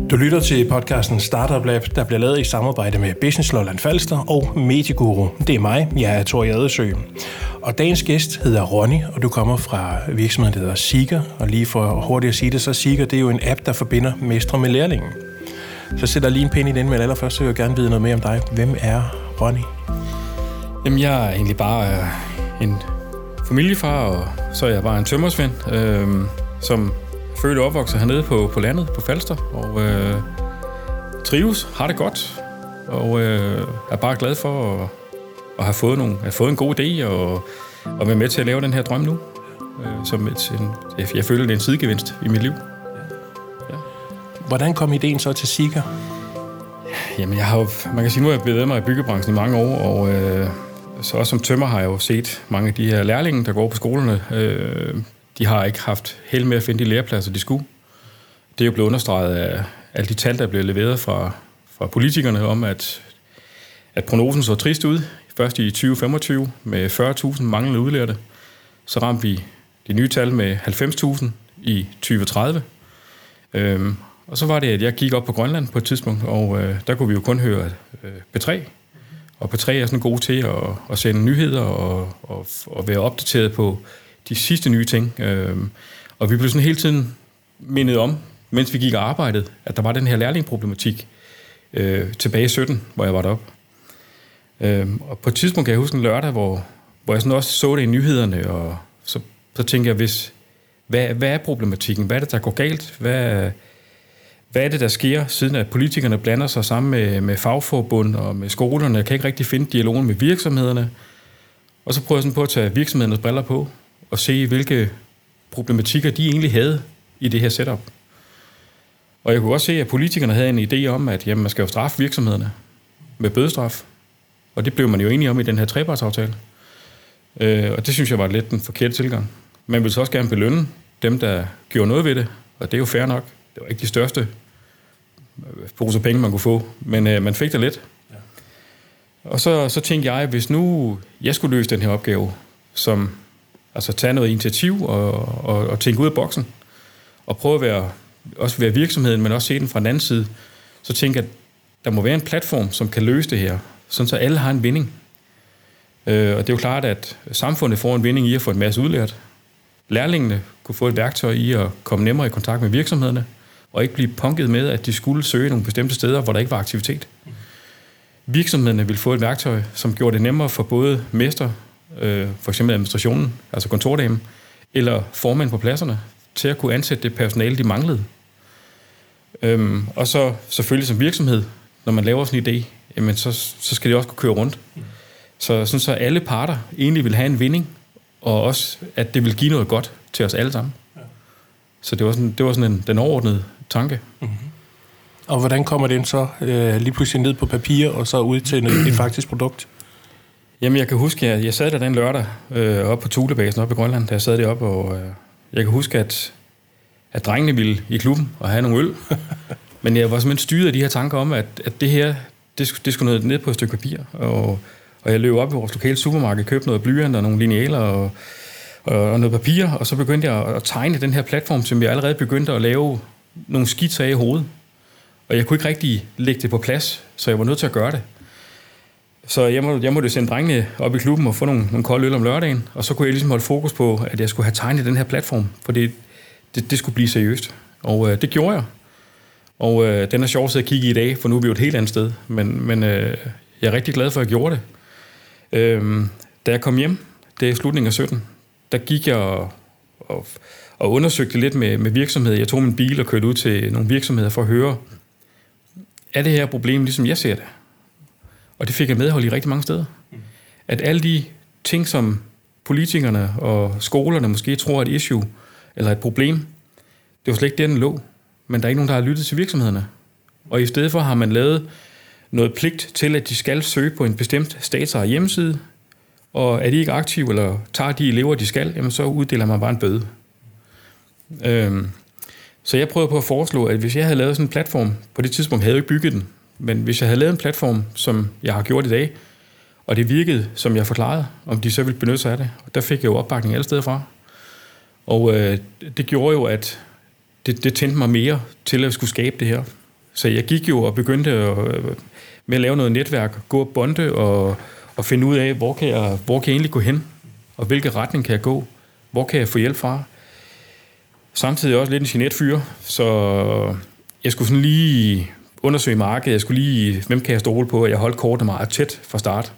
Du lytter til podcasten Startup Lab, der bliver lavet i samarbejde med Business Lolland Falster og Medieguru. Det er mig, jeg er Thor Jadesø. Og dagens gæst hedder Ronny, og du kommer fra virksomheden, der hedder Seeker. Og lige for hurtigt at sige det, så Seeker, det er jo en app, der forbinder mestre med lærlingen. Så sætter lige en pind i den, men allerførst så vil jeg gerne vide noget mere om dig. Hvem er Ronny? Jamen, jeg er egentlig bare en familiefar, og så er jeg bare en tømmersvend, som født og opvokset hernede på landet, på Falster, og trives, har det godt, og er bare glad for at have fået en god idé, og være med til at lave den her drøm nu. Jeg føler, det er en sidegevinst i mit liv. Ja. Hvordan kom ideen så til Seeker? Jamen, man kan sige, nu har jeg bevæget mig i byggebranchen i mange år, og så også som tømmer har jeg jo set mange af de her lærlinge, der går på skolerne. De har ikke haft held med at finde de lærepladser, de skulle. Det er jo blevet understreget af alle de tal, der blev leveret fra politikerne om, at prognosen så trist ud. Først i 2025 med 40.000 manglende udlærte. Så ramte vi de nye tal med 90.000 i 2030. Og så var det, at jeg gik op på Grønland på et tidspunkt, og der kunne vi jo kun høre P3. Og P3 er sådan god til at sende nyheder og være opdateret på de sidste nye ting. Og vi blev sådan hele tiden mindet om, mens vi gik og arbejdede, at der var den her lærlingproblematik tilbage i 17, hvor jeg var deroppe. Og på et tidspunkt kan jeg huske en lørdag, hvor jeg sådan også så det i nyhederne, og så tænkte jeg, hvad er problematikken? Hvad er det, der går galt? Hvad er det, der sker, siden at politikerne blander sig sammen med fagforbund og med skolerne? Jeg kan ikke rigtig finde dialogen med virksomhederne. Og så prøver jeg sådan på at tage virksomhedernes briller på og se, hvilke problematikker de egentlig havde i det her setup. Og jeg kunne også se, at politikerne havde en idé om, at jamen, man skal jo straffe virksomhederne med bødestraf. Og det blev man jo enige om i den her trepartsaftale. Og det synes jeg var lidt en forkert tilgang. Man ville så også gerne belønne dem, der gjorde noget ved det, og det er jo fair nok. Det var ikke de største poser penge, man kunne få, men man fik det lidt. Ja. Og så tænkte jeg, hvis nu jeg skulle løse den her opgave, som altså tage noget initiativ og tænke ud af boksen, og prøve at være virksomheden, men også se den fra den anden side, så tænkte jeg, at der må være en platform, som kan løse det her, sådan så alle har en vinding. Og det er jo klart, at samfundet får en vinding i at få en masse udlært. Lærlingene kunne få et værktøj i at komme nemmere i kontakt med virksomhederne, og ikke blive punket med, at de skulle søge nogle bestemte steder, hvor der ikke var aktivitet. Virksomhederne ville få et værktøj, som gjorde det nemmere for både mester, for eksempel administrationen, altså kontordamen, eller formand på pladserne, til at kunne ansætte det personale, de manglede. Og så selvfølgelig som virksomhed, når man laver sådan en idé, jamen så skal det også kunne køre rundt. Så alle parter egentlig vil have en vinding, og også, at det vil give noget godt til os alle sammen. Ja. Så det var sådan den overordnede tanke. Mm-hmm. Og hvordan kommer den så lige pludselig ned på papir, og så ud til et faktisk produkt? Jamen, jeg kan huske, at jeg sad der den lørdag oppe på Thulebasen oppe i Grønland, da jeg sad deroppe, og jeg kan huske, at drengene ville i klubben og have nogle øl. Men jeg var simpelthen styret af de her tanker om, at det her, det skulle ned på et stykke papir, og jeg løb op i vores lokale supermarked, købte noget blyant og nogle linealer og noget papir, og så begyndte jeg at tegne den her platform, som jeg allerede begyndte at lave nogle skitser af i hovedet. Og jeg kunne ikke rigtig lægge det på plads, så jeg var nødt til at gøre det. Så jeg måtte sende drengene op i klubben og få nogle kolde øl om lørdagen, og så kunne jeg ligesom holde fokus på, at jeg skulle have tegnet den her platform, for det skulle blive seriøst. Og det gjorde jeg. Og den er sjovt at kigge i dag, for nu er vi jo et helt andet sted, men jeg er rigtig glad for, at jeg gjorde det. Da jeg kom hjem, det er slutningen af 17, der gik jeg og undersøgte lidt med virksomheder. Jeg tog min bil og kørte ud til nogle virksomheder for at høre, er det her problem, ligesom jeg ser det? Og det fik jeg medhold i rigtig mange steder. At alle de ting, som politikerne og skolerne måske tror er et issue, eller et problem, det var slet ikke der, den lå. Men der er ikke nogen, der har lyttet til virksomhederne. Og i stedet for har man lavet noget pligt til, at de skal søge på en bestemt statsejet hjemmeside, og er de ikke aktive, eller tager de elever, de skal, jamen så uddeler man bare en bøde. Så jeg prøvede på at foreslå, at hvis jeg havde lavet sådan en platform, på det tidspunkt havde jeg ikke bygget den, men hvis jeg havde lavet en platform, som jeg har gjort i dag, og det virkede, som jeg forklarede, om de så ville benytte sig af det, og der fik jeg jo opbakning alle steder fra. Og det gjorde jo, at det tændte mig mere til at skulle skabe det her. Så jeg gik jo og begyndte med at lave noget netværk, gå og bonde og finde ud af, hvor kan jeg egentlig gå hen, og hvilken retning kan jeg gå, hvor kan jeg få hjælp fra. Samtidig også lidt en genert fyr, så jeg skulle sådan lige undersøge markedet, jeg skulle lige, hvem kan jeg stole på, og jeg holdt kortene meget tæt fra start.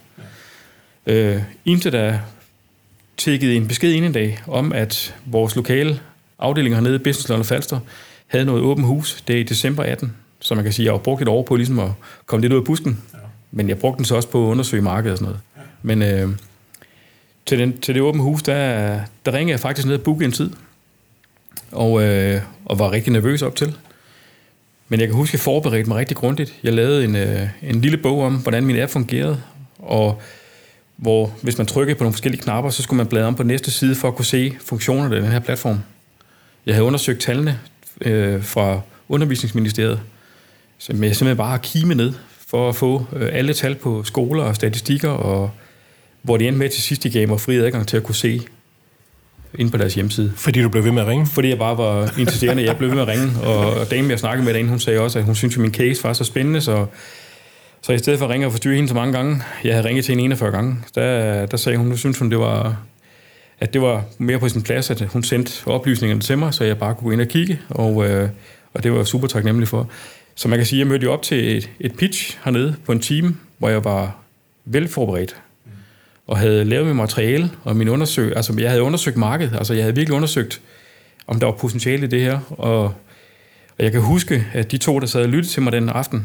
Indtil der tækkede en besked ind en dag om, at vores lokale afdeling hernede i Business Lolland-Falster havde noget åbent hus. Det er i december 18, så man kan sige, at jeg har brugt et år på ligesom at komme lidt ud af busken. Ja. Men jeg brugte den så også på at undersøge markedet og sådan noget. Ja. Men til det åbent hus, der ringede jeg faktisk ned og bookede en tid. Og var rigtig nervøs op til. Men jeg kan huske, at jeg forberedte mig rigtig grundigt. Jeg lavede en lille bog om, hvordan min app fungerede, og hvor hvis man trykkede på nogle forskellige knapper, så skulle man bladre om på næste side for at kunne se funktionerne af den her platform. Jeg havde undersøgt tallene fra Undervisningsministeriet, som jeg simpelthen bare har kimet ned for at få alle tal på skoler og statistikker, og hvor det endte med til sidst, de gav mig fri adgang til at kunne se inde på deres hjemmeside. Fordi du blev ved med at ringe? Fordi jeg bare var insisterende. Jeg blev ved med at ringe, og damen, jeg snakkede med derinde, hun sagde også, at hun syntes, at min case var så spændende, så i stedet for at ringe og forstyrre hende så mange gange, jeg havde ringet til hende 41 gange, der sagde hun, nu synes hun, at det var mere på sin plads, at hun sendte oplysningerne til mig, så jeg bare kunne gå ind og kigge, og det var jeg super taknemmelig for. Så man kan sige, at jeg mødte jo op til et pitch hernede på en time, hvor jeg var velforberedt, og havde lavet mit materiale, og jeg havde undersøgt markedet, altså jeg havde virkelig undersøgt, om der var potentiale i det her, og jeg kan huske, at de to, der sad og lyttede til mig den aften,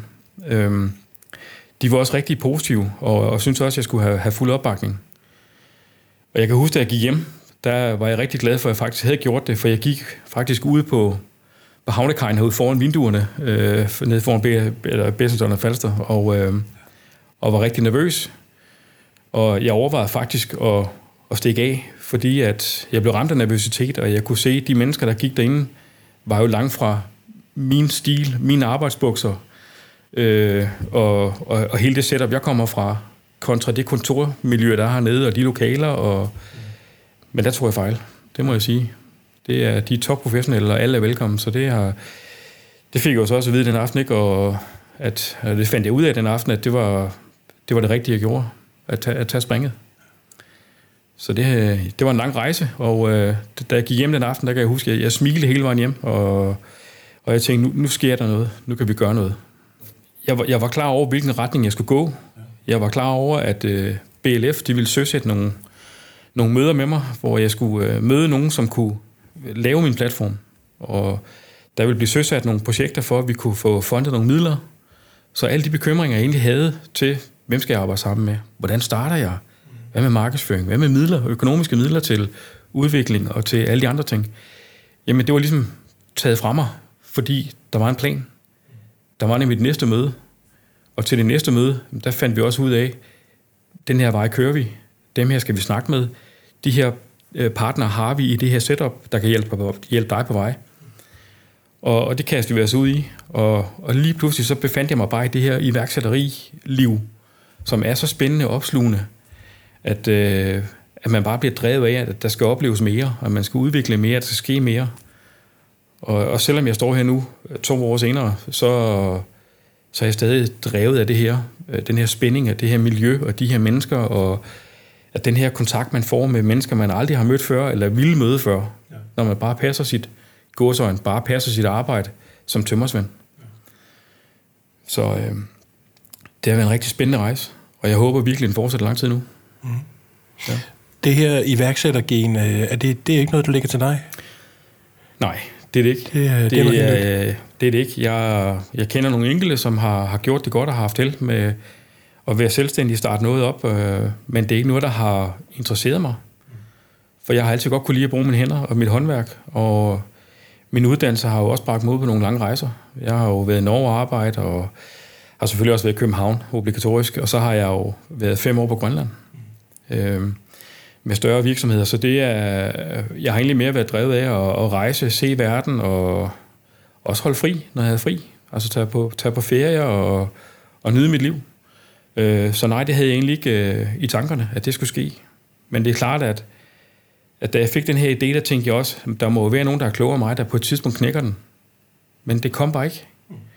de var også rigtig positive, og syntes også, at jeg skulle have fuld opbakning. Og jeg kan huske, at jeg gik hjem, der var jeg rigtig glad for, at jeg faktisk havde gjort det, for jeg gik faktisk ude på havnekajen herude foran vinduerne, nede foran Business Lolland-Falster, og var rigtig nervøs. Og jeg overvejede faktisk at stikke af, fordi at jeg blev ramt af nervøsitet, og jeg kunne se, at de mennesker, der gik derinde, var jo langt fra min stil, mine arbejdsbukser, og hele det setup, jeg kommer fra, kontra det kontormiljø, der er hernede, og de lokaler. Men der tror jeg fejl, det må jeg sige. Det er de topprofessionelle, og alle er velkommen, så det fik jeg jo så også at vide den aften, ikke? Og det fandt jeg ud af den aften, at det var det rigtige, jeg gjorde, at tage springet. Så det var en lang rejse, og da jeg gik hjem den aften, der kan jeg huske, at jeg smilede hele vejen hjem, og jeg tænkte, nu sker der noget, nu kan vi gøre noget. Jeg var klar over, hvilken retning jeg skulle gå. Jeg var klar over, at BLF, de ville søsætte nogle møder med mig, hvor jeg skulle møde nogen, som kunne lave min platform. Og der ville blive søsat nogle projekter for, at vi kunne få fundet nogle midler. Så alle de bekymringer, jeg egentlig havde til, hvem skal jeg arbejde sammen med? Hvordan starter jeg? Hvad med markedsføring? Hvad med midler? Økonomiske midler til udvikling og til alle de andre ting? Jamen, det var ligesom taget fra mig, fordi der var en plan. Der var nemlig et næste møde. Og til det næste møde, der fandt vi også ud af, den her vej kører vi. Dem her skal vi snakke med. De her partnere har vi i det her setup, der kan hjælpe dig på vej. Og det kastede vi os ud i. Og lige pludselig så befandt jeg mig bare i det her iværksætteri-liv, som er så spændende og opslugende, at man bare bliver drevet af, at der skal opleves mere, og man skal udvikle mere, at der skal ske mere. Og selvom jeg står her nu, 2 år senere, så er jeg stadig drevet af det her, den her spænding af det her miljø og de her mennesker, og at den her kontakt, man får med mennesker, man aldrig har mødt før, eller ville møde før, når man bare passer sit gåseøjne, bare passer sit arbejde som tømmersvend. Så det har været en rigtig spændende rejse, og jeg håber virkelig, den fortsætter lang tid nu. Mm. Ja. Det her iværksættergen, det er ikke noget, du lægger til dig? Nej, det er det ikke. Det er det ikke. Jeg kender nogle enkelte, som har gjort det godt og har haft held med at være selvstændig, starte noget op, men det er ikke noget, der har interesseret mig. For jeg har altid godt kunne lide at bruge mine hænder og mit håndværk, og min uddannelse har jo også bragt mig ud på nogle lange rejser. Jeg har jo været i Norge og arbejde, og har selvfølgelig også været i København, obligatorisk, og så har jeg jo været 5 år på Grønland med større virksomheder. Så jeg har egentlig mere været drevet af at rejse, se verden og også holde fri, når jeg havde fri. Altså tage på ferie og nyde mit liv. Så nej, det havde jeg egentlig ikke i tankerne, at det skulle ske. Men det er klart, at da jeg fik den her idé, der tænkte jeg også, der må være nogen, der er klogere end mig, der på et tidspunkt knækker den. Men det kom bare ikke.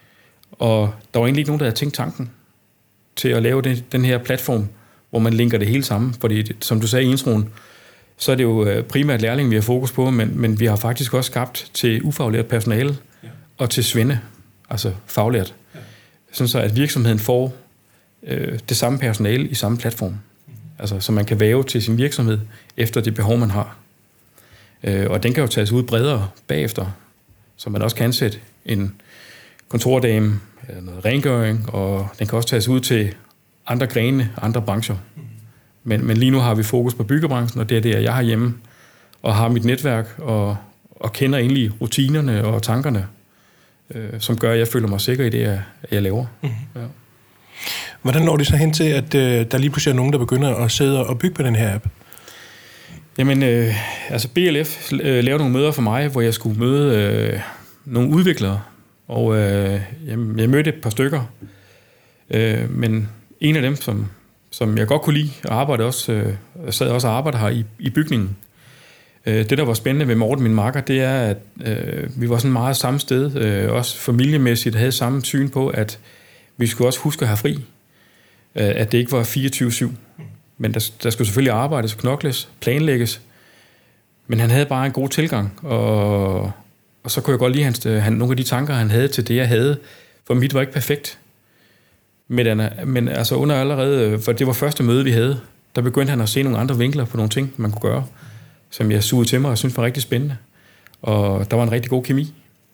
Og der var egentlig ikke nogen, der havde tænkt tanken til at lave den her platform, hvor man linker det hele sammen. Fordi, som du sagde i introen, så er det jo primært lærling, vi har fokus på, men vi har faktisk også skabt til ufaglært personale og til svende, altså faglært. Sådan så, at virksomheden får det samme personale i samme platform. Altså, så man kan væve til sin virksomhed efter det behov, man har. Og den kan jo tages ud bredere bagefter, så man også kan ansætte en kontordame, eller noget rengøring, og den kan også tages ud til andre grene, andre brancher. Men lige nu har vi fokus på byggebranchen, og det er det, jeg har hjemme, og har mit netværk, og kender egentlig rutinerne og tankerne, som gør, at jeg føler mig sikker i det, jeg laver. Mm-hmm. Ja. Hvordan når de så hen til, at der lige pludselig er nogen, der begynder at sidde og bygge på den her app? Jamen, altså BLF lavede nogle møder for mig, hvor jeg skulle møde nogle udviklere, og jeg mødte et par stykker. Men en af dem, som jeg godt kunne lide, og arbejdede også, sad også og arbejdede her i bygningen. Det, der var spændende ved Morten, min makker, det er, at vi var sådan meget samme sted, også familiemæssigt havde samme syn på, at vi skulle også huske at have fri. At det ikke var 24/7. Men der skulle selvfølgelig arbejdes, knokles, planlægges. Men han havde bare en god tilgang, og så kunne jeg godt lide nogle af de tanker, han havde til det, jeg havde. For mit var ikke perfekt. Men altså under allerede, for det var første møde, vi havde, der begyndte han at se nogle andre vinkler på nogle ting, man kunne gøre, som jeg sugede til mig og synes var rigtig spændende. Og der var en rigtig god kemi.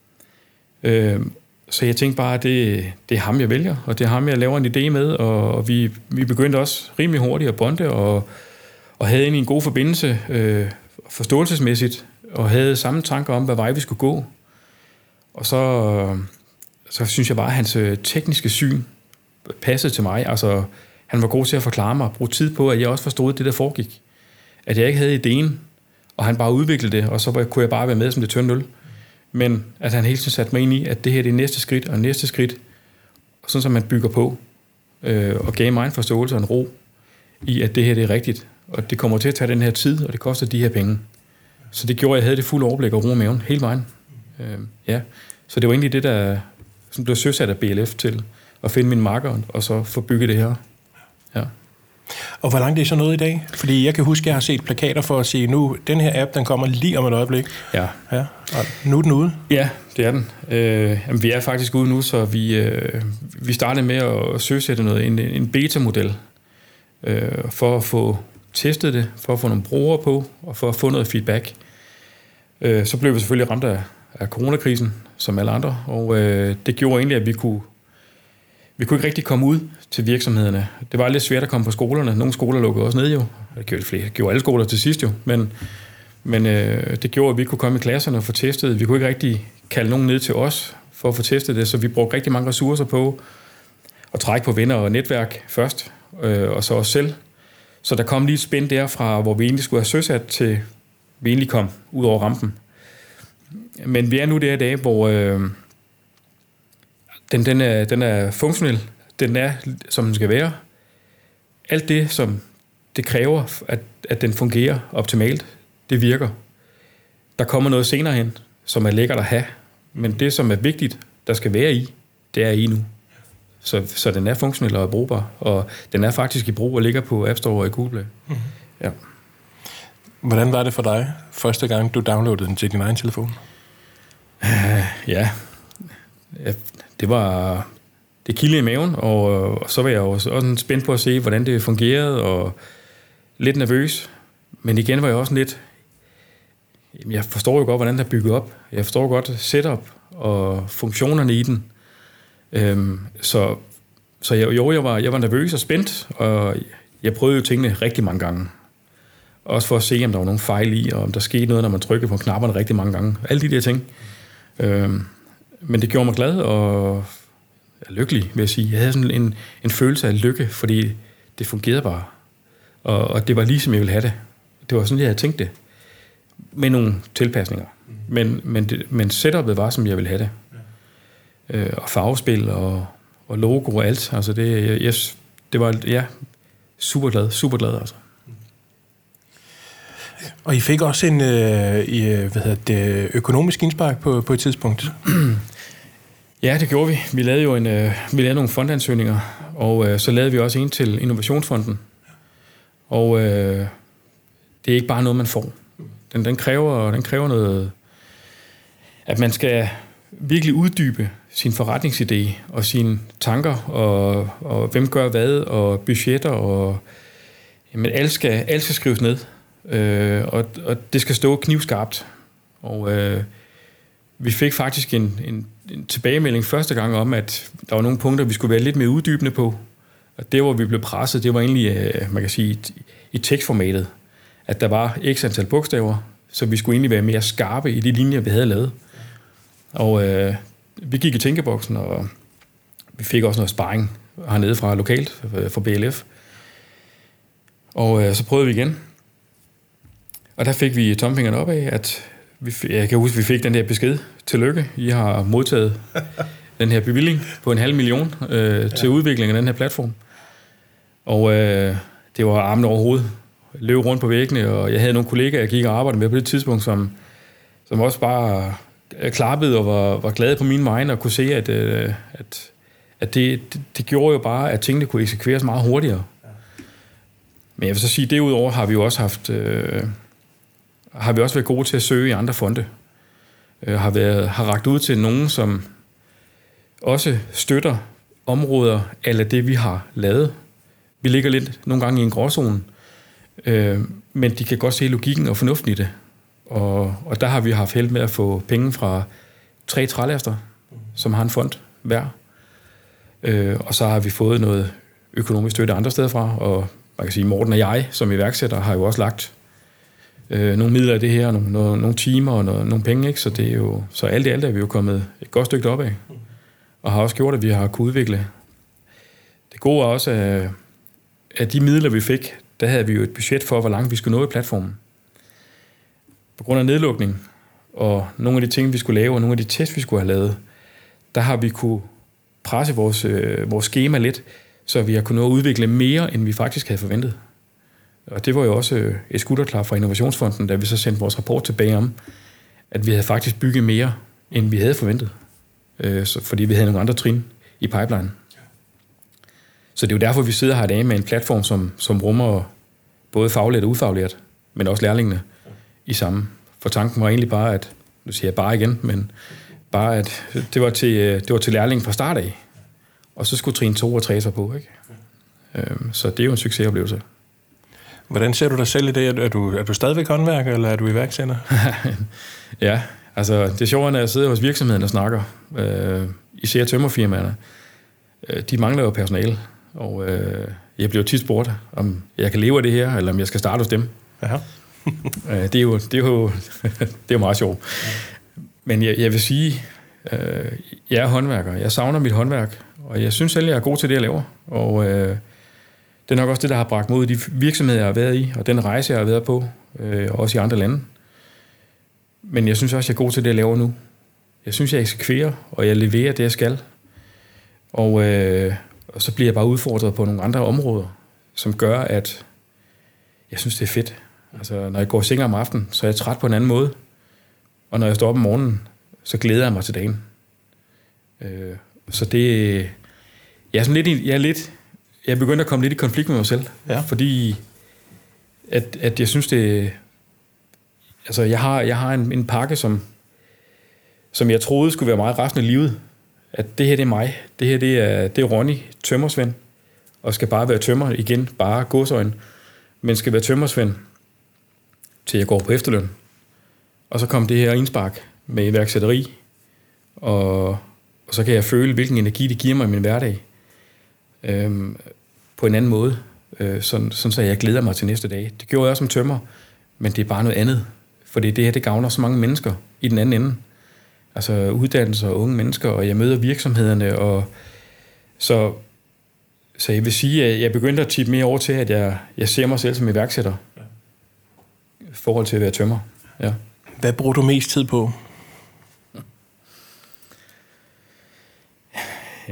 Så jeg tænkte bare, at det er ham, jeg vælger, og det er ham, jeg laver en idé med, og vi begyndte også rimelig hurtigt at bonde, og havde egentlig en god forbindelse forståelsesmæssigt, og havde samme tanker om, hvad vej vi skulle gå. Og så synes jeg bare, at hans tekniske syn passede til mig. Altså, han var god til at forklare mig, bruge tid på, at jeg også forstod det, der foregik. At jeg ikke havde ideen, og han bare udviklede det, og så kunne jeg bare være med som det tynde øl. Men at han hele tiden satte mig ind i, at det her det er næste skridt og næste skridt, og sådan som man bygger på, og gav mig en forståelse og en ro i, at det her det er rigtigt, og det kommer til at tage den her tid, og det koster de her penge. Så det gjorde, at jeg havde det fulde overblik og ro i maven hele vejen. Ja. Så det var egentlig det, der som blev søsat af BLF til at finde min marker, og så få bygget det her. Ja. Og hvor langt er det så noget i dag? Fordi jeg kan huske, at jeg har set plakater for at sige, nu, den her app, den kommer lige om et øjeblik. Ja. Og nu er den ude. Ja, det er den. Jamen, vi er faktisk ude nu, så vi startede med at søsætte en beta-model for at få testet det, for at få nogle brugere på, og for at få noget feedback. Så blev vi selvfølgelig ramt af coronakrisen, som alle andre, og det gjorde egentlig, at vi kunne ikke rigtig komme ud til virksomhederne. Det var lidt svært at komme på skolerne. Nogle skoler lukkede også ned jo. Det gjorde alle skoler til sidst jo. Men det gjorde, at vi kunne komme i klasserne og få testet. Vi kunne ikke rigtig kalde nogen ned til os for at få testet det, så vi brugte rigtig mange ressourcer på at trække på venner og netværk først, og så os selv. Så der kom lige et spænd derfra, hvor vi egentlig skulle have søsat til, vi egentlig kom ud over rampen. Men vi er nu der i dag, hvor den er funktionel. Den er, som den skal være. Alt det, som det kræver, at den fungerer optimalt, det virker. Der kommer noget senere hen, som er lækkert at have. Men det, som er vigtigt, der skal være i, det er i nu. Så den er funktionel og er brugbar. Og den er faktisk i brug og ligger på App Store og i Google Play. Mm-hmm. Ja. Hvordan var det for dig, første gang du downloadede den til din egen telefon? Ja, det kildede i maven, og så var jeg også spændt på at se, hvordan det fungerede, og lidt nervøs. Men igen var jeg også lidt, jeg forstår jo godt, hvordan den er bygget op. Jeg forstår godt setup og funktionerne i den. Så jeg var nervøs og spændt, og jeg prøvede jo tingene rigtig mange gange. Også for at se, om der var nogle fejl i, og om der skete noget, når man trykkede på knapperne rigtig mange gange. Alle de der ting. Men det gjorde mig glad og lykkelig, vil jeg sige. Jeg havde sådan en følelse af lykke, fordi det fungerede bare. Og det var lige, som jeg ville have det. Det var sådan, jeg havde tænkt det. Med nogle tilpasninger. Men setupet var, som jeg ville have det. Og farvespil og logo og alt. Altså det var, ja, super glad, altså. Og I fik også en økonomisk indspark på et tidspunkt? Ja, det gjorde vi. Vi lavede jo nogle fondansøgninger, og så lavede vi også en til Innovationsfonden. Og det er ikke bare noget, man får. Den kræver noget, at man skal virkelig uddybe sin forretningsidé og sine tanker, og hvem gør hvad, og budgetter, og jamen, alt skal skrives ned. Og det skal stå knivskarpt. Og vi fik faktisk en tilbagemelding første gang om, at der var nogle punkter, vi skulle være lidt mere uddybende på. Og det, hvor vi blev presset, det var egentlig, man kan sige, i tekstformatet. At der var x antal bogstaver, så vi skulle egentlig være mere skarpe i de linjer, vi havde lavet. Og vi gik i tænkeboksen, og vi fik også noget sparring hernede fra lokalt, fra BLF. Og så prøvede vi igen. Og der fik vi tommelfingeren op af, at jeg kan huske, at vi fik den der besked. Tillykke, I har modtaget den her bevilling på 500.000 til udvikling af den her platform. Og det var armen over hovedet. Løb rundt på væggene, og jeg havde nogle kollegaer, jeg gik og arbejdede med på det tidspunkt, som også bare klappede og var glade på mine vegne og kunne se, at det gjorde jo bare, at tingene kunne eksekveres meget hurtigere. Men jeg vil så sige, derudover har vi jo også været gode til at søge i andre fonde. Har rakt ud til nogen, som også støtter områder eller det, vi har lavet. Vi ligger lidt nogle gange i en gråzone, men de kan godt se logikken og fornuften i det. Og der har vi haft held med at få penge fra 3 trælaster, som har en fond hver. Og så har vi fået noget økonomisk støtte andre steder fra, og man kan sige, Morten og jeg som iværksætter har jo også lagt nogle midler i det her, nogle timer og nogle penge, ikke? Så det er jo, så alt i alt er vi jo kommet et godt stykke opad, og har også gjort, at vi har kunnet udvikle. Det gode er også, at de midler, vi fik, der havde vi jo et budget for, hvor langt vi skulle nå i platformen. På grund af nedlukning, og nogle af de ting, vi skulle lave, og nogle af de tests, vi skulle have lavet, der har vi kunne presse vores schema lidt, så vi har kunnet nå at udvikle mere, end vi faktisk havde forventet. Og det var jo også et skutterklap fra Innovationsfonden, da vi så sendte vores rapport tilbage om, at vi havde faktisk bygget mere, end vi havde forventet. Fordi vi havde nogle andre trin i pipeline. Så det er jo derfor, vi sidder her i dag med en platform, som rummer både faglært og ufaglært, men også lærlingene i samme. For tanken var egentlig bare, at, nu siger jeg bare igen, men bare at det var til lærlingen fra start af. Og så skulle trin 2 og 3 sig på, ikke? Så det er jo en succesoplevelse. Hvordan ser du dig selv i det? Er du stadigvæk håndværker, eller er du iværksætter? Ja, altså det sjove er, når jeg sidder hos virksomheden og snakker, især tømmerfirmaerne, de mangler jo personale, og jeg bliver tit spurgt, om jeg kan leve af det her, eller om jeg skal starte hos dem. Aha. Det er jo meget sjovt. Men jeg vil sige, jeg er håndværker. Jeg savner mit håndværk, og jeg synes selv, jeg er god til det, jeg laver. Og det er nok også det, der har bragt mod de virksomheder, jeg har været i, og den rejse, jeg har været på, også i andre lande. Men jeg synes også, jeg er god til det, jeg laver nu. Jeg synes, jeg eksekverer, og jeg leverer det, jeg skal. Og så bliver jeg bare udfordret på nogle andre områder, som gør, at jeg synes, det er fedt. Altså, når jeg går i seng om aftenen, så er jeg træt på en anden måde. Og når jeg står op om morgenen, så glæder jeg mig til dagen. Så det... Jeg er begyndt at komme lidt i konflikt med mig selv. Ja. Fordi at jeg synes, det... Altså, jeg har en pakke, som jeg troede skulle være meget resten af livet. At det her, det er mig. Det her, det er Ronny, tømmersvend. Og skal bare være tømmer igen, bare godsøjne. Men skal være tømmersvend, til jeg går på efterløn. Og så kom det her indspark med iværksætteri. Og så kan jeg føle, hvilken energi det giver mig i min hverdag. På en anden måde. Sådan så jeg glæder mig til næste dag. Det gjorde jeg også som tømmer, men det er bare noget andet. Fordi det her, det gavner så mange mennesker i den anden ende. Altså uddannelser og unge mennesker, og jeg møder virksomhederne. Og så jeg vil sige, at jeg begyndte at tippe mere over til, at jeg ser mig selv som iværksætter. I forhold til at være tømmer. Ja. Hvad bruger du mest tid på? Ja.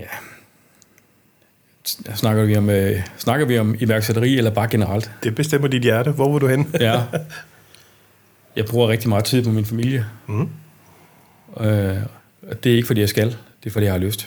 Snakker vi om iværksætteri, eller bare generelt? Det bestemmer dit hjerte. Hvor vil du hen? Ja. Jeg bruger rigtig meget tid på min familie. Mm. Det er ikke, fordi jeg skal. Det er fordi, jeg har lyst.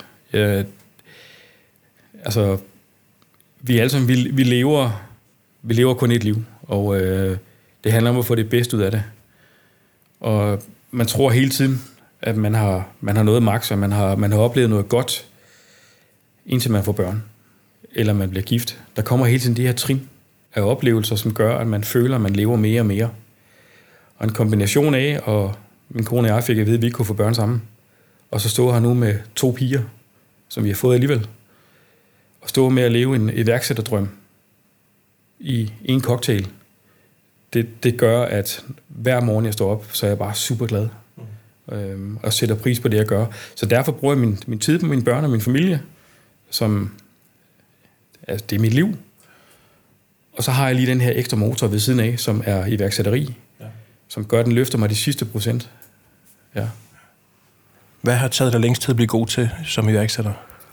Vi lever kun et liv, og det handler om at få det bedste ud af det. Og man tror hele tiden, at man har noget maks, og man har oplevet noget godt, indtil man får børn, eller man bliver gift. Der kommer hele tiden de her trin af oplevelser, som gør, at man føler, at man lever mere og mere. Og en kombination af, og min kone og jeg fik at vide, at vi ikke kunne få børn sammen, og så stå her nu med 2 piger, som vi har fået alligevel, og stå med at leve en iværksætterdrøm i en cocktail. Det gør, at hver morgen jeg står op, så er jeg bare super glad. Og sætter pris på det, jeg gør. Så derfor bruger jeg min tid på mine børn og min familie, som det er mit liv. Og så har jeg lige den her ekstra motor ved siden af, som er iværksætteri, som gør, den løfter mig de sidste procent. Ja. Hvad har taget dig længst tid at blive god til som iværksætter?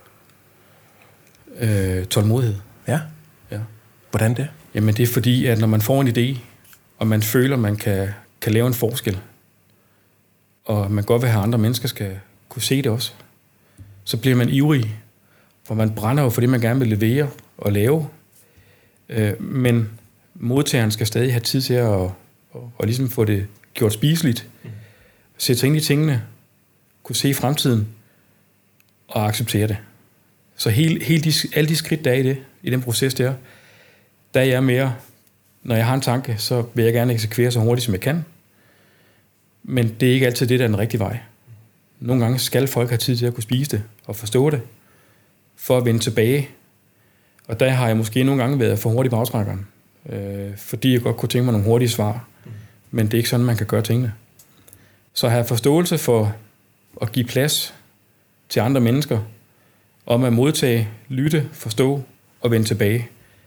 Tålmodighed. Ja? Hvordan det? Jamen det er fordi, at når man får en idé, og man føler, at man kan lave en forskel, og man godt vil have, at andre mennesker skal kunne se det også, så bliver man ivrig, for man brænder jo for det, man gerne vil levere og lave. Men modtageren skal stadig have tid til at ligesom få det gjort spiseligt, sætte sig ind i tingene, kunne se fremtiden og acceptere det. Så alle de skridt, der er i den proces der er jeg mere, når jeg har en tanke, så vil jeg gerne eksekvere så hurtigt, som jeg kan. Men det er ikke altid det, der er den rigtige vej. Nogle gange skal folk have tid til at kunne spise det og forstå det, for at vende tilbage. Og der har jeg måske nogle gange været for hurtig på aftrækkeren, fordi jeg godt kunne tænke mig nogle hurtige svar. Men det er ikke sådan, man kan gøre tingene. Så have forståelse for at give plads til andre mennesker, om at modtage, lytte, forstå og vende tilbage.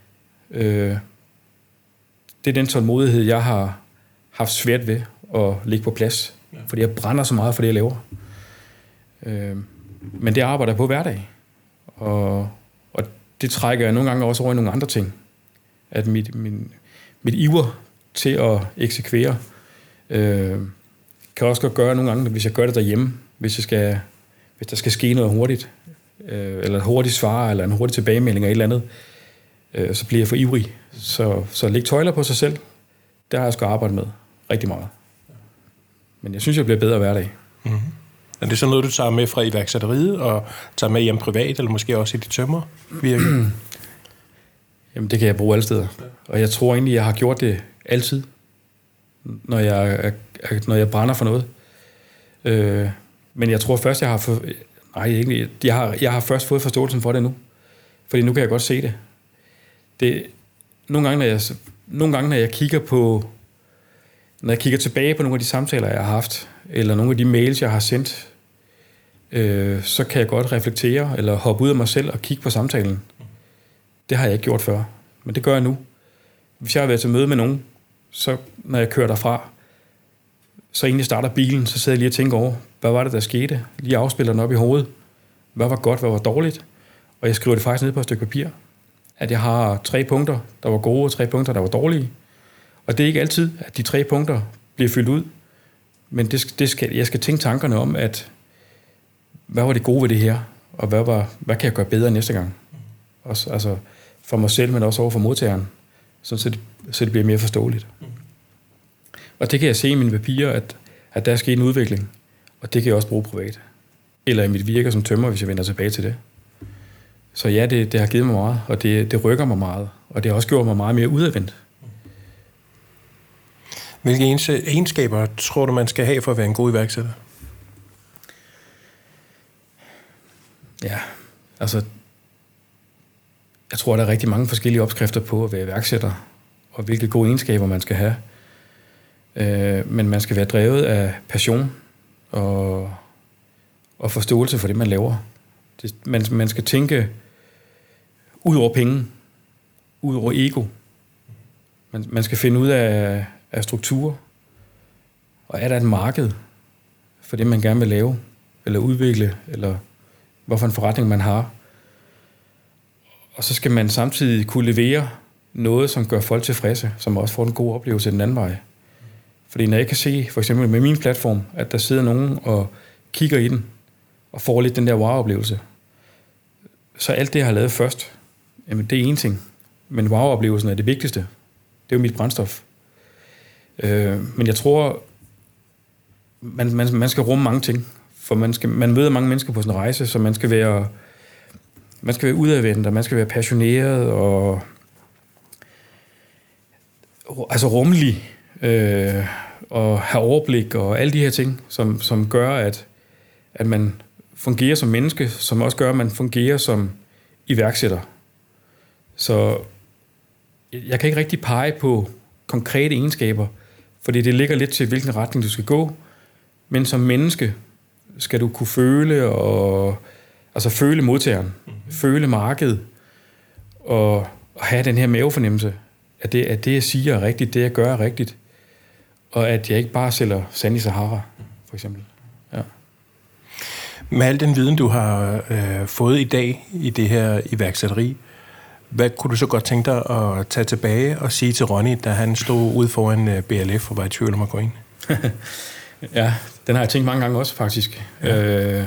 Det er den tålmodighed, jeg har haft svært ved at ligge på plads, fordi jeg brænder så meget for det, jeg laver. Men det arbejder jeg på hver dag. Og det trækker jeg nogle gange også over i nogle andre ting. At mit iver til at eksekvere kan også godt gøre nogle gange, hvis jeg gør det derhjemme, hvis der skal ske noget hurtigt, eller et hurtigt svar, eller en hurtig tilbagemelding eller et eller andet, så bliver jeg for ivrig. Så læg tøjler på sig selv, der har jeg sgu arbejdet med rigtig meget. Men jeg synes, jeg bliver bedre hver dag. Mm-hmm. Er det sådan noget, du tager med fra iværksætteriet, og tager med hjem privat, eller måske også i dit tømmervirke? Jamen, det kan jeg bruge alle steder. Og jeg tror egentlig, jeg har gjort det altid, når jeg brænder for noget. Men jeg tror først, jeg har først fået forståelsen for det nu. Fordi nu kan jeg godt se det. Nogle gange, når jeg kigger tilbage på nogle af de samtaler, jeg har haft, eller nogle af de mails, jeg har sendt, så kan jeg godt reflektere, eller hoppe ud af mig selv og kigge på samtalen. Det har jeg ikke gjort før, men det gør jeg nu. Hvis jeg har været til møde med nogen, så når jeg kører derfra, så inden jeg starter bilen, så sidder jeg lige og tænker over, hvad var det, der skete? Lige afspiller den op i hovedet. Hvad var godt, hvad var dårligt? Og jeg skriver det faktisk ned på et stykke papir. At jeg har 3 punkter, der var gode, og 3 punkter, der var dårlige. Og det er ikke altid, at de 3 punkter bliver fyldt ud. Men jeg skal tænke tankerne om, at hvad var det gode ved det her? Og hvad kan jeg gøre bedre næste gang? Også, altså for mig selv, men også over for modtageren. Så det bliver mere forståeligt. Og det kan jeg se i mine papirer, at der er sket en udvikling. Og det kan jeg også bruge privat. Eller i mit virke som tømrer, hvis jeg vender tilbage til det. Så ja, det har givet mig meget, og det rykker mig meget. Og det har også gjort mig meget mere udadvendt. Hvilke egenskaber tror du, man skal have for at være en god iværksætter? Ja, altså jeg tror, der er rigtig mange forskellige opskrifter på at være iværksætter, og hvilke gode egenskaber man skal have. Men man skal være drevet af passion og forståelse for det, man laver. Man skal tænke ud over penge, ud over ego. Man skal finde ud af strukturer, og er der et marked for det, man gerne vil lave, eller udvikle, eller hvorfor en forretning man har. Og så skal man samtidig kunne levere noget, som gør folk tilfredse, som også får en god oplevelse den anden vej. Fordi når jeg kan se, for eksempel med min platform, at der sidder nogen og kigger i den, og får lidt den der wow-oplevelse, så alt det, jeg har lavet først, jamen det er en ting. Men wow-oplevelsen er det vigtigste. Det er jo mit brændstof. Men jeg tror, man skal rumme mange ting. For man møder mange mennesker på sådan en rejse, så man skal være udadvendt, og man skal være passioneret og altså rummelig og have overblik og alle de her ting, som gør, at man fungerer som menneske, som også gør, at man fungerer som iværksætter. Så jeg kan ikke rigtig pege på konkrete egenskaber, fordi det ligger lidt til, hvilken retning du skal gå. Men som menneske skal du kunne føle føle modtageren, føle markedet, og have den her mavefornemmelse, at det jeg siger er rigtigt, det jeg gør er rigtigt, og at jeg ikke bare sælger sand i Sahara, for eksempel. Ja. Med al den viden, du har fået i dag i det her iværksætteri, hvad kunne du så godt tænke dig at tage tilbage og sige til Ronny, da han stod ude foran BLF og var i tvivl om at gå ind? Ja, den har jeg tænkt mange gange også, faktisk. Ja.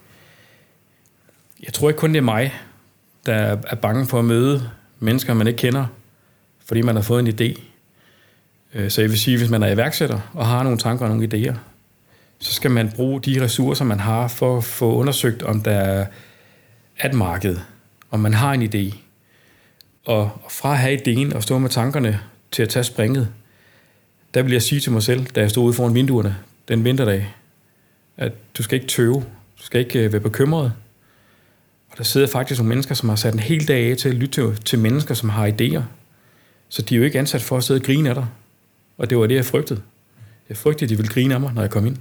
Jeg tror ikke kun det er mig, der er bange for at møde mennesker, man ikke kender, fordi man har fået en idé. Så jeg vil sige, hvis man er iværksætter og har nogle tanker og nogle idéer, så skal man bruge de ressourcer, man har for at få undersøgt, om der er et marked, om man har en idé. Og fra at have idéen og stå med tankerne til at tage springet, der vil jeg sige til mig selv, da jeg stod ude foran vinduerne den vinterdag, at du skal ikke tøve, du skal ikke være bekymret. Og der sidder faktisk nogle mennesker, som har sat en hel dag af til at lytte til mennesker, som har idéer. Så de er jo ikke ansat for at sidde og grine af dig. Og det var det, jeg frygtede. Jeg frygtede, at de ville grine af mig, når jeg kom ind.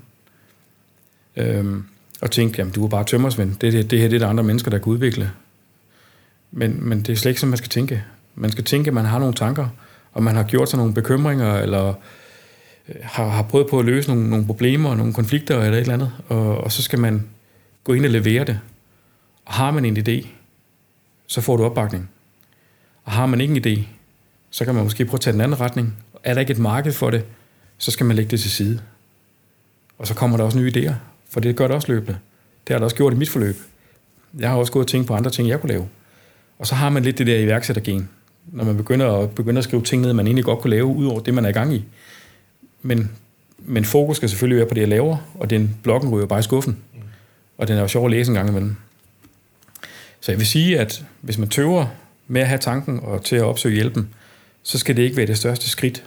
Og tænkte, jamen du er bare tømmersvend. Det her det er der andre mennesker, der kan udvikle. Men det er slet ikke sådan, man skal tænke. Man skal tænke, at man har nogle tanker, og man har gjort sig nogle bekymringer, eller har prøvet på at løse nogle problemer, nogle konflikter eller et eller andet. Og så skal man gå ind og levere det. Og har man en idé, så får du opbakning. Og har man ikke en idé, så kan man måske prøve at tage den anden retning. Er der ikke et marked for det, så skal man lægge det til side. Og så kommer der også nye idéer, for det gør det også løbende. Det har det også gjort i mit forløb. Jeg har også gået og tænkt på andre ting, jeg kunne lave. Og så har man lidt det der iværksættergen, når man begynder at skrive ting ned, man egentlig godt kunne lave, ud over det, man er i gang i. Men fokus skal selvfølgelig være på det, jeg laver, og den bloggen ryger bare i skuffen. Og den er jo sjov at læse en gang imellem. Så jeg vil sige, at hvis man tøver med at have tanken og til at opsøge hjælpen, så skal det ikke være det største skridt.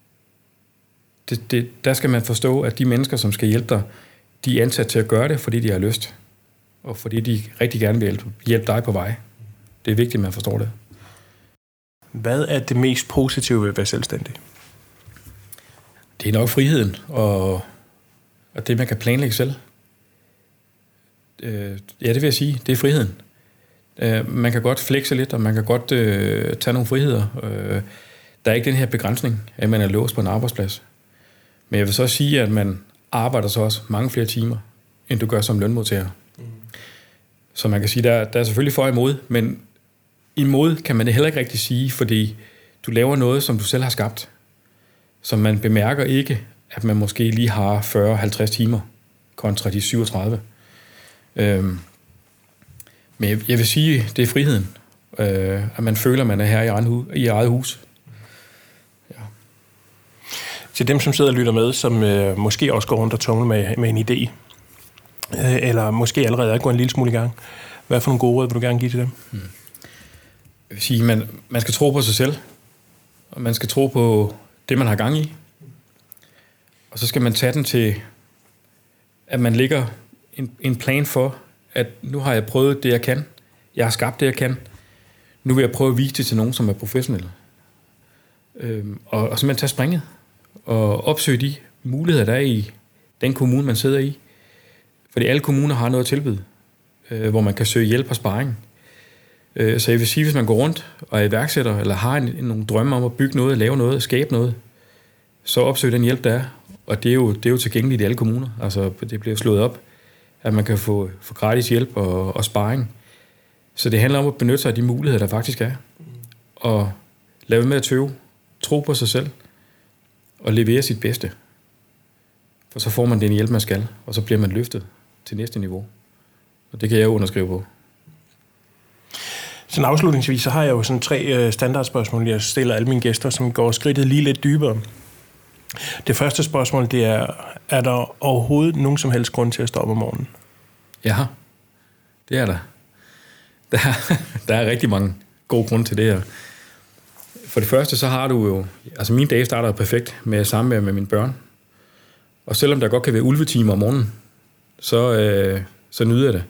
Der skal man forstå, at de mennesker, som skal hjælpe dig, de er ansat til at gøre det, fordi de har lyst. Og fordi de rigtig gerne vil hjælpe dig på vej. Det er vigtigt, at man forstår det. Hvad er det mest positive ved at være selvstændig? Det er nok friheden, og det, man kan planlægge selv. Ja, det vil jeg sige. Det er friheden. Man kan godt flexe lidt, og man kan godt tage nogle friheder. Der er ikke den her begrænsning, at man er låst på en arbejdsplads. Men jeg vil så sige, at man arbejder så også mange flere timer, end du gør som lønmodtager. Så man kan sige, der er selvfølgelig for og imod, men imod kan man det heller ikke rigtig sige, fordi du laver noget, som du selv har skabt. Så man bemærker ikke, at man måske lige har 40-50 timer kontra de 37. Men jeg vil sige, det er friheden. At man føler, at man er her i eget hus. Ja. Til dem, som sidder og lytter med, som måske også går rundt og tumler med en idé, eller måske allerede er gået en lille smule i gang. Hvad for nogle gode råd vil du gerne give til dem? Jeg vil sige, man skal tro på sig selv, og man skal tro på det, man har gang i. Og så skal man tage den til, at man lægger en plan for, at nu har jeg prøvet det, jeg kan. Jeg har skabt det, jeg kan. Nu vil jeg prøve at vise det til nogen, som er professionelle. Og simpelthen tage springet og opsøge de muligheder, der er i den kommune, man sidder i. Fordi alle kommuner har noget at tilbyde, hvor man kan søge hjælp og sparring. Så jeg vil sige, hvis man går rundt og er iværksætter, eller har nogle drømme om at bygge noget, lave noget, skabe noget, så opsøg den hjælp, der er. Og det er jo tilgængeligt i alle kommuner. Altså, det bliver slået op, at man kan få gratis hjælp og sparring. Så det handler om at benytte sig af de muligheder, der faktisk er. Og lade med at tøve, tro på sig selv, og levere sit bedste. For så får man den hjælp, man skal, og så bliver man løftet til næste niveau. Og det kan jeg underskrive på. Sådan afslutningsvis, så har jeg jo sådan 3 standardspørgsmål, jeg stiller alle mine gæster, som går skridtet lige lidt dybere. Det første spørgsmål, det er der overhovedet nogen som helst grund til at stå op om morgenen? Ja, det er der. Der er rigtig mange gode grunde til det her. For det første, så har du jo... Altså, mine dage starter perfekt med samvær med mine børn. Og selvom der godt kan være ulvetimer om morgenen, så nyder jeg det.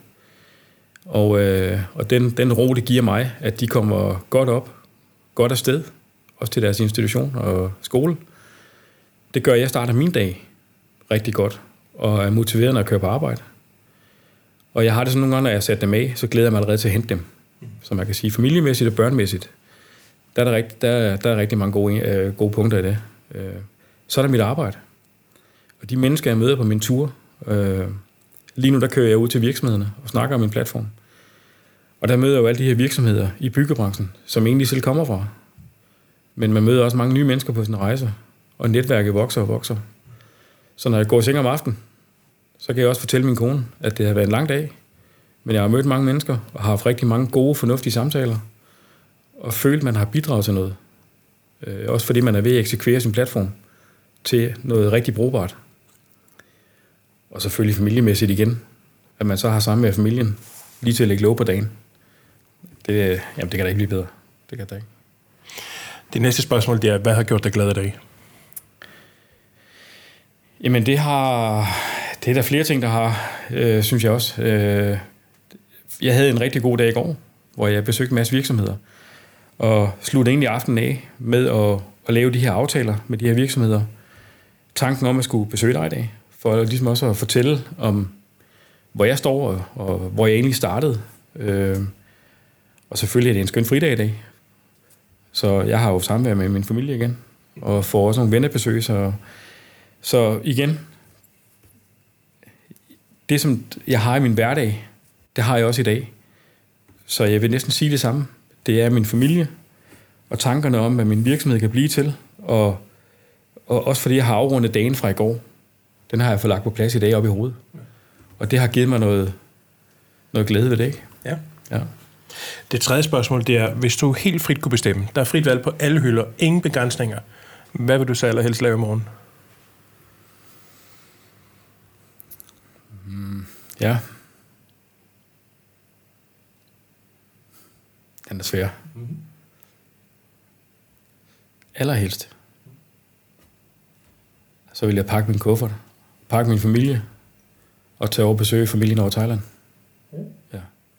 Og den ro, det giver mig, at de kommer godt op, godt afsted, også til deres institution og skole, det gør, at jeg starter min dag rigtig godt, og er motiveret, når jeg kører på arbejde. Og jeg har det sådan nogle gange, når jeg sætter dem af, så glæder jeg mig allerede til at hente dem. Så man kan sige, familiemæssigt og børnemæssigt, der er rigtig mange gode punkter i det. Så er der mit arbejde. Og de mennesker, jeg møder på min tur, lige nu der kører jeg ud til virksomhederne og snakker om min platform. Og der møder jeg jo alle de her virksomheder i byggebranchen, som egentlig selv kommer fra. Men man møder også mange nye mennesker på sin rejse, og netværket vokser og vokser. Så når jeg går i seng om aftenen, så kan jeg også fortælle min kone, at det har været en lang dag. Men jeg har mødt mange mennesker, og har haft rigtig mange gode, fornuftige samtaler, og følt, at man har bidraget til noget. Også fordi man er ved at eksekvere sin platform til noget rigtig brugbart. Og selvfølgelig familiemæssigt igen, at man så har sammen med familien lige til at lægge låg på dagen. Det kan da ikke blive bedre. Det kan da ikke. Det næste spørgsmål, det er, hvad har gjort dig glad i dag? Jamen, det er der flere ting, der har, synes jeg også. Jeg havde en rigtig god dag i går, hvor jeg besøgte en masse virksomheder, og sluttede egentlig aftenen af med at lave de her aftaler med de her virksomheder. Tanken om at skulle besøge dig i dag, for ligesom også at fortælle om, hvor jeg står, og hvor jeg egentlig startede. Og selvfølgelig er det en skøn fridag i dag. Så jeg har jo samvær med min familie igen, og får også nogle vennebesøg. Så igen, det som jeg har i min hverdag, det har jeg også i dag. Så jeg vil næsten sige det samme. Det er min familie, og tankerne om, hvad min virksomhed kan blive til, og også fordi jeg har afrundet dagen fra i går. Den har jeg fået lagt på plads i dag op i hovedet. Og det har givet mig noget glæde ved det. Ja. Ja. Det tredje spørgsmål, det er, hvis du helt frit kunne bestemme, der er frit valg på alle hylder, ingen begrænsninger, hvad vil du så allerhelst lave i morgen? Ja. Den er svær. Allerhelst. Så vil jeg pakke min kuffert, pakke min familie, og tage over og besøge familien over Thailand. Ja.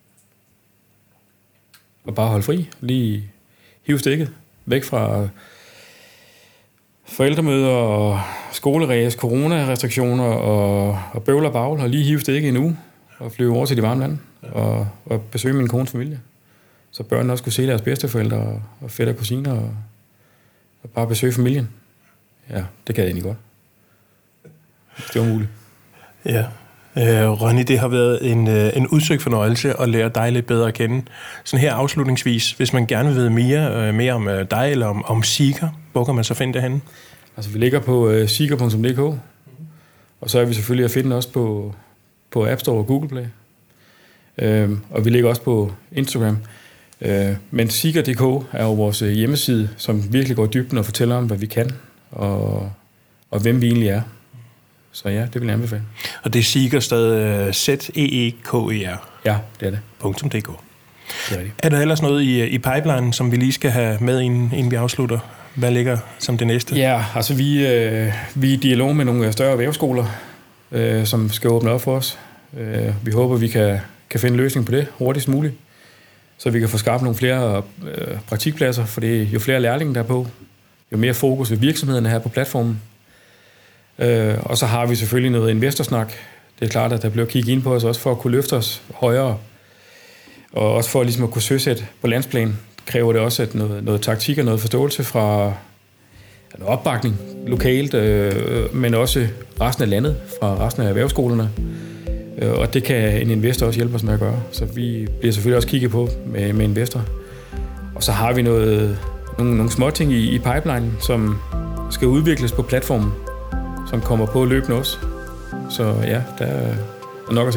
Og bare holde fri. Lige hive stikket væk fra forældremøder og skoleræs, coronarestriktioner og bøvl og bagl, og lige hive stikket en uge og flyve over til de varme lande og besøge min kones familie. Så børnene også kunne se deres bedsteforældre og fætter og kusiner og bare besøge familien. Ja, det kan jeg egentlig godt. Det var muligt. Ja. Ronny, det har været en udsøgt fornøjelse at lære dig lidt bedre at kende. Sådan her afslutningsvis, hvis man gerne vil vide mere om dig eller om Seeker, hvor kan man så finde det henne? Altså, vi ligger på seeker.dk, og så er vi selvfølgelig at finde også på App Store og Google Play. Og vi ligger også på Instagram. Men Seeker.dk er jo vores hjemmeside, som virkelig går i dybden og fortæller om, hvad vi kan, og hvem vi egentlig er. Så ja, det vil jeg anbefale. Og det er Seeker stadig Z-E-E-K-E-R? Ja, det er det. .dk. Det er rigtigt. Er der ellers noget i pipeline, som vi lige skal have med, inden vi afslutter? Hvad ligger som det næste? Ja, altså vi er i dialog med nogle større erhvervsskoler, som skal åbne op for os. Vi håber, vi kan finde en løsning på det hurtigst muligt, så vi kan få skabt nogle flere praktikpladser, for det er jo flere lærlinge der er på, jo mere fokus ved virksomhederne her på platformen. Og så har vi selvfølgelig noget investorsnak. Det er klart, at der bliver kigget ind på os også for at kunne løfte os højere, og også for ligesom at kunne søsætte på landsplan, kræver det også at noget taktik og noget forståelse fra noget opbakning lokalt, men også resten af landet, fra resten af erhvervsskolerne. Og det kan en investor også hjælpe os med at gøre. Så vi bliver selvfølgelig også kigget på med investor. Og så har vi nogle småting i pipeline, som skal udvikles på platformen, som kommer på løbende også. Så ja, der er nok at se til.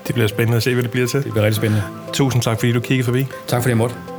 Det bliver spændende at se, hvad det bliver til. Det bliver rigtig spændende. Tusind tak, fordi du kiggede forbi. Tak fordi jeg måtte.